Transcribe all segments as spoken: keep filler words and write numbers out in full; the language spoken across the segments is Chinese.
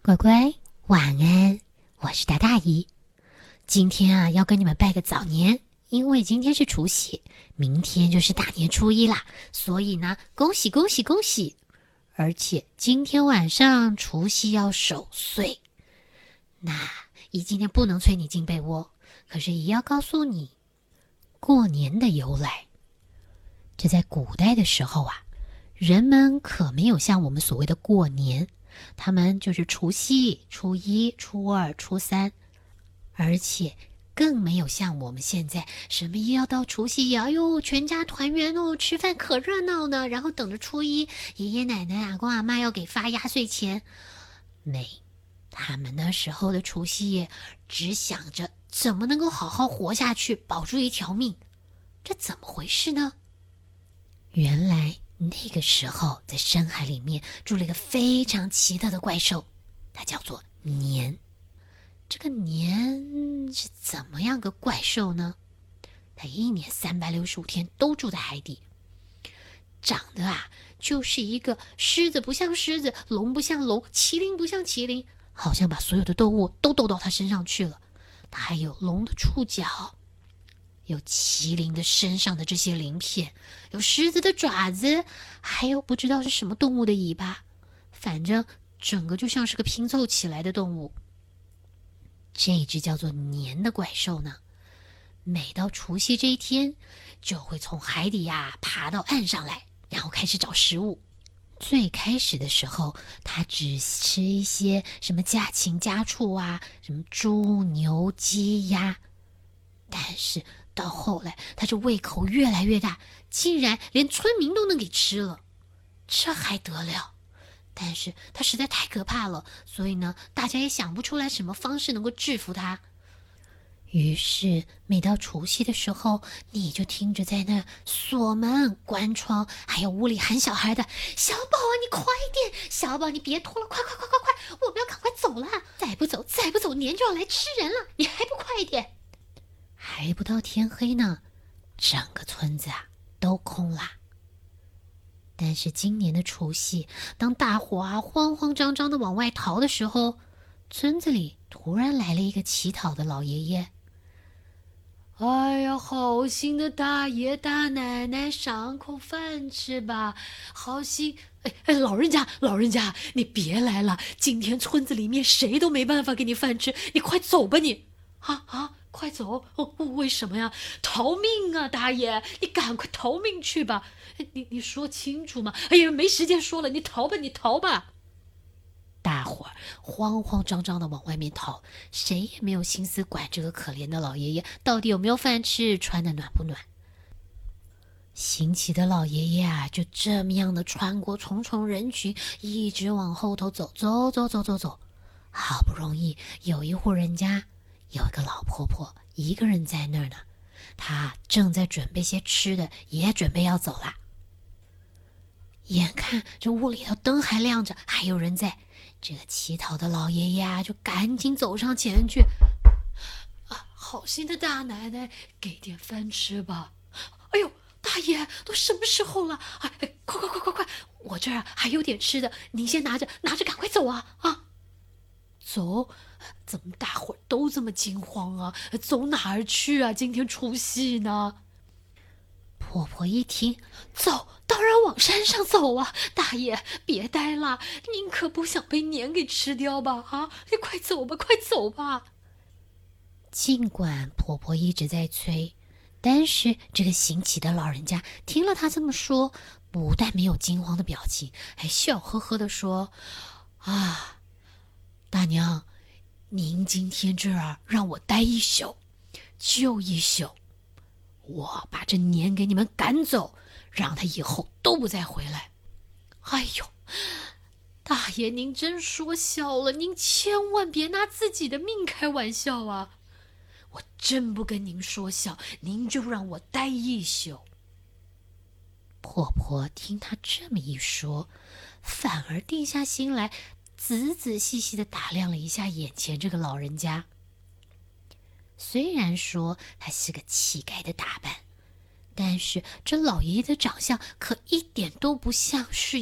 乖乖，晚安，我是大大姨。今天啊，要跟你们拜个早年，因为今天是除夕，明天就是大年初一啦，所以呢，恭喜恭喜恭喜！而且今天晚上除夕要守岁，那姨今天不能催你进被窝，可是姨要告诉你过年的由来。这在古代的时候啊，人们可没有像我们所谓的过年，他们就是除夕、初一、初二、初三，而且更没有像我们现在什么一要到除夕呀，哎呦，全家团圆哦，吃饭可热闹呢，然后等着初一，爷爷奶奶、阿公阿嬷要给发压岁钱。没，他们那时候的除夕夜，只想着怎么能够好好活下去，保住一条命。这怎么回事呢？原来那个时候在深海里面住了一个非常奇特的怪兽，它叫做年。这个年是怎么样个怪兽呢？它一年三百六十五天都住在海底，长得啊就是一个狮子不像狮子，龙不像龙，麒麟不像麒麟，好像把所有的动物都斗到它身上去了。它还有龙的触角，有麒麟的身上的这些鳞片，有狮子的爪子，还有不知道是什么动物的尾巴，反正整个就像是个拼凑起来的动物。这只叫做年的怪兽呢，每到除夕这一天，就会从海底呀、爬到岸上来，然后开始找食物。最开始的时候，它只吃一些什么家禽家畜啊，什么猪牛鸡鸭，但是到后来，他这胃口越来越大，竟然连村民都能给吃了，这还得了？但是他实在太可怕了，所以呢，大家也想不出来什么方式能够制服他。于是每到除夕的时候，你就听着在那锁门关窗，还有屋里喊小孩的：小宝啊，你快一点，小宝你别拖了，快快快快快，我们要赶快走了，再不走再不走，年就要来吃人了，你还不快一点？还不到天黑呢，整个村子啊都空啦。但是今年的除夕，当大伙啊慌慌张张的往外逃的时候，村子里突然来了一个乞讨的老爷爷。哎呀，好心的大爷大奶奶，赏口饭吃吧，好心。哎哎，老人家老人家，你别来了，今天村子里面谁都没办法给你饭吃，你快走吧你。啊啊，快走！哦，为什么呀？逃命啊，大爷，你赶快逃命去吧！你你说清楚嘛！哎呀，没时间说了，你逃吧，你逃吧！大伙儿慌慌张张的往外面逃，谁也没有心思管这个可怜的老爷爷到底有没有饭吃，穿的暖不暖。新奇的老爷爷啊，就这么样的穿过重重人群，一直往后头走，走走走走走，好不容易有一户人家，有一个老婆婆一个人在那儿呢，她正在准备些吃的，也准备要走啦。眼看这屋里头灯还亮着，还有人在，这个乞讨的老爷爷啊，就赶紧走上前去。啊，好心的大奶奶，给点饭吃吧。哎呦，大爷，都什么时候了？哎，快快快快快，我这儿还有点吃的，您先拿着，拿着赶快走啊啊！走？怎么大伙儿都这么惊慌啊？走哪儿去啊？今天除夕呢？婆婆一听，走，当然往山上走啊！大爷，别呆了，您可不想被年给吃掉吧？啊，你快走吧，快走吧！尽管婆婆一直在催，但是这个行乞的老人家听了她这么说，不但没有惊慌的表情，还笑呵呵地说：啊，大娘，您今天这儿让我待一宿，就一宿，我把这年给你们赶走，让他以后都不再回来。哎呦，大爷您真说笑了，您千万别拿自己的命开玩笑啊！我真不跟您说笑，您就让我待一宿。婆婆听她这么一说，反而定下心来，仔仔细细地打量了一下眼前这个老人家。虽然说他是个乞丐的打扮，但是这老爷爷的长相可一点都不像是一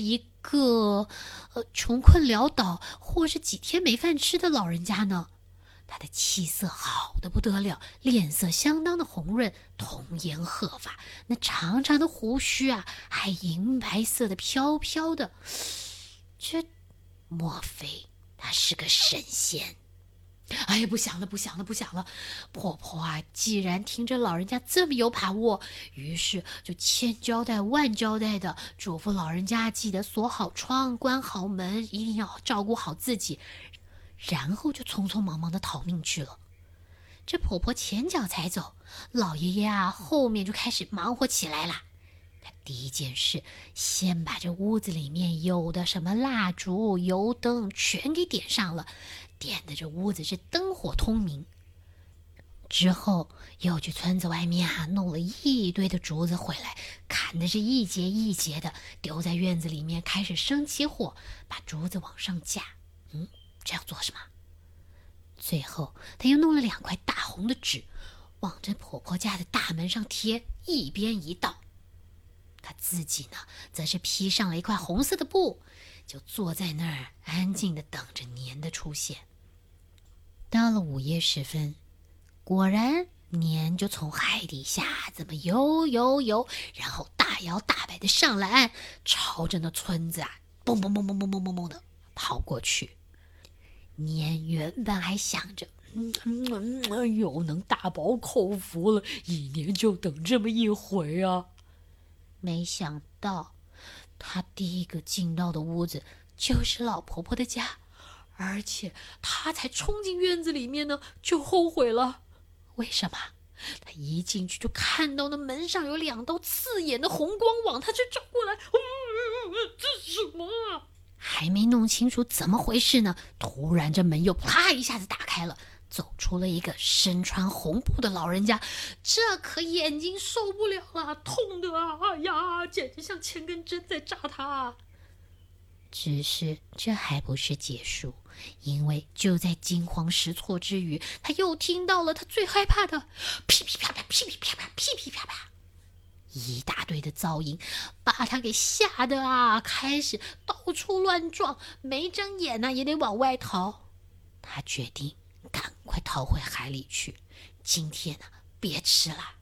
个呃穷困潦倒或是几天没饭吃的老人家呢。他的气色好得不得了，脸色相当的红润，童颜鹤发，那长长的胡须啊，还银白色的飘飘的。这莫非他是个神仙？哎呀，不想了，不想了，不想了！婆婆啊，既然听着老人家这么有把握，于是就千交代万交代的嘱咐老人家记得锁好窗、关好门，一定要照顾好自己。然后就匆匆忙忙的逃命去了。这婆婆前脚才走，老爷爷啊后面就开始忙活起来了。他第一件事，先把这屋子里面有的什么蜡烛、油灯全给点上了，点的这屋子是灯火通明。之后又去村子外面啊弄了一堆的竹子回来，砍的是一节一节的，丢在院子里面，开始生起火，把竹子往上架。嗯。这样做什么？最后他又弄了两块大红的纸，往这婆婆家的大门上贴，一边一道。他自己呢，则是披上了一块红色的布，就坐在那儿安静的等着年的出现。到了午夜时分，果然年就从海底下这么游游游，然后大摇大摆的上了岸，朝着那村子啊，蹦蹦蹦蹦蹦蹦蹦蹦的跑过去。年原本还想着，嗯嗯嗯，哎呦，能大饱口福了，一年就等这么一回啊！没想到，他第一个进到的屋子就是老婆婆的家，而且他才冲进院子里面呢，就后悔了。为什么？他一进去就看到那门上有两道刺眼的红光往他这照过来，嗯，这是什么啊？还没弄清楚怎么回事呢，突然这门又啪一下子打开了，走出了一个身穿红布的老人家。这可眼睛受不了了，痛的啊，哎呀，简直像千根针在扎他。只是这还不是结束，因为就在惊慌失措之余，他又听到了他最害怕的噼噼啪啪、噼噼啪啪、噼噼啪啪一大堆的噪音，把他给吓得啊，开始到处乱撞，没睁眼呢、啊、也得往外逃。他决定赶快逃回海里去，今天呢、啊、别吃了。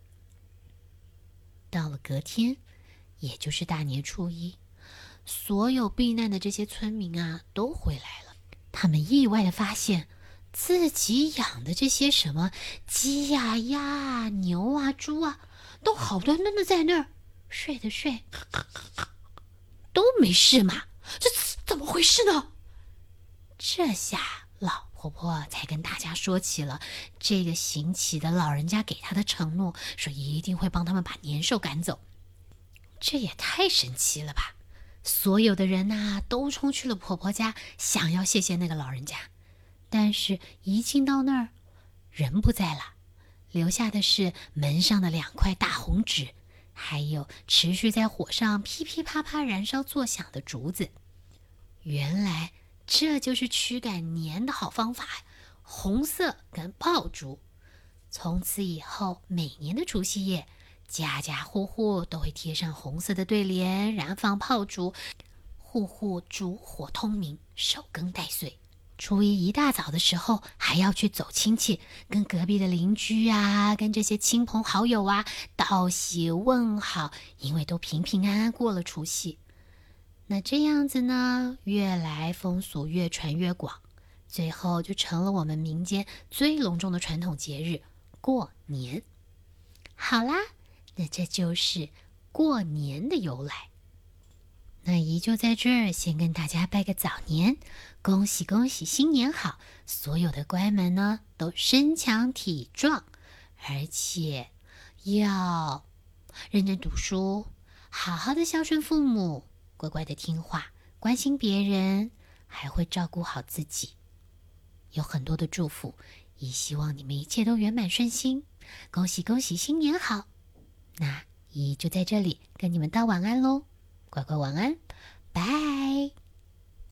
到了隔天，也就是大年初一，所有避难的这些村民啊都回来了。他们意外的发现，自己养的这些什么鸡呀、鸭啊、牛啊、猪啊，都好端端的在那儿睡的睡，都没事嘛，这怎么回事呢？这下老婆婆才跟大家说起了这个行乞的老人家给她的承诺，说一定会帮他们把年兽赶走。这也太神奇了吧！所有的人啊都冲去了婆婆家，想要谢谢那个老人家，但是一进到那儿，人不在了，留下的是门上的两块大红纸，还有持续在火上噼噼啪啪燃烧作响的竹子。原来这就是驱赶年的好方法，红色跟爆竹。从此以后，每年的除夕夜，家家户户都会贴上红色的对联，燃放炮竹，户户烛火通明，守更待岁。初一一大早的时候，还要去走亲戚，跟隔壁的邻居啊，跟这些亲朋好友啊道喜问好，因为都平平安安过了除夕。那这样子呢，越来风俗越传越广，最后就成了我们民间最隆重的传统节日——过年。好啦，那这就是过年的由来。那姨就在这儿先跟大家拜个早年，恭喜恭喜，新年好！所有的乖们呢都身强体壮，而且要认真读书，好好的孝顺父母，乖乖的听话，关心别人，还会照顾好自己。有很多的祝福，也希望你们一切都圆满顺心。恭喜恭喜，新年好！那姨就在这里跟你们道晚安喽，乖乖晚安，拜。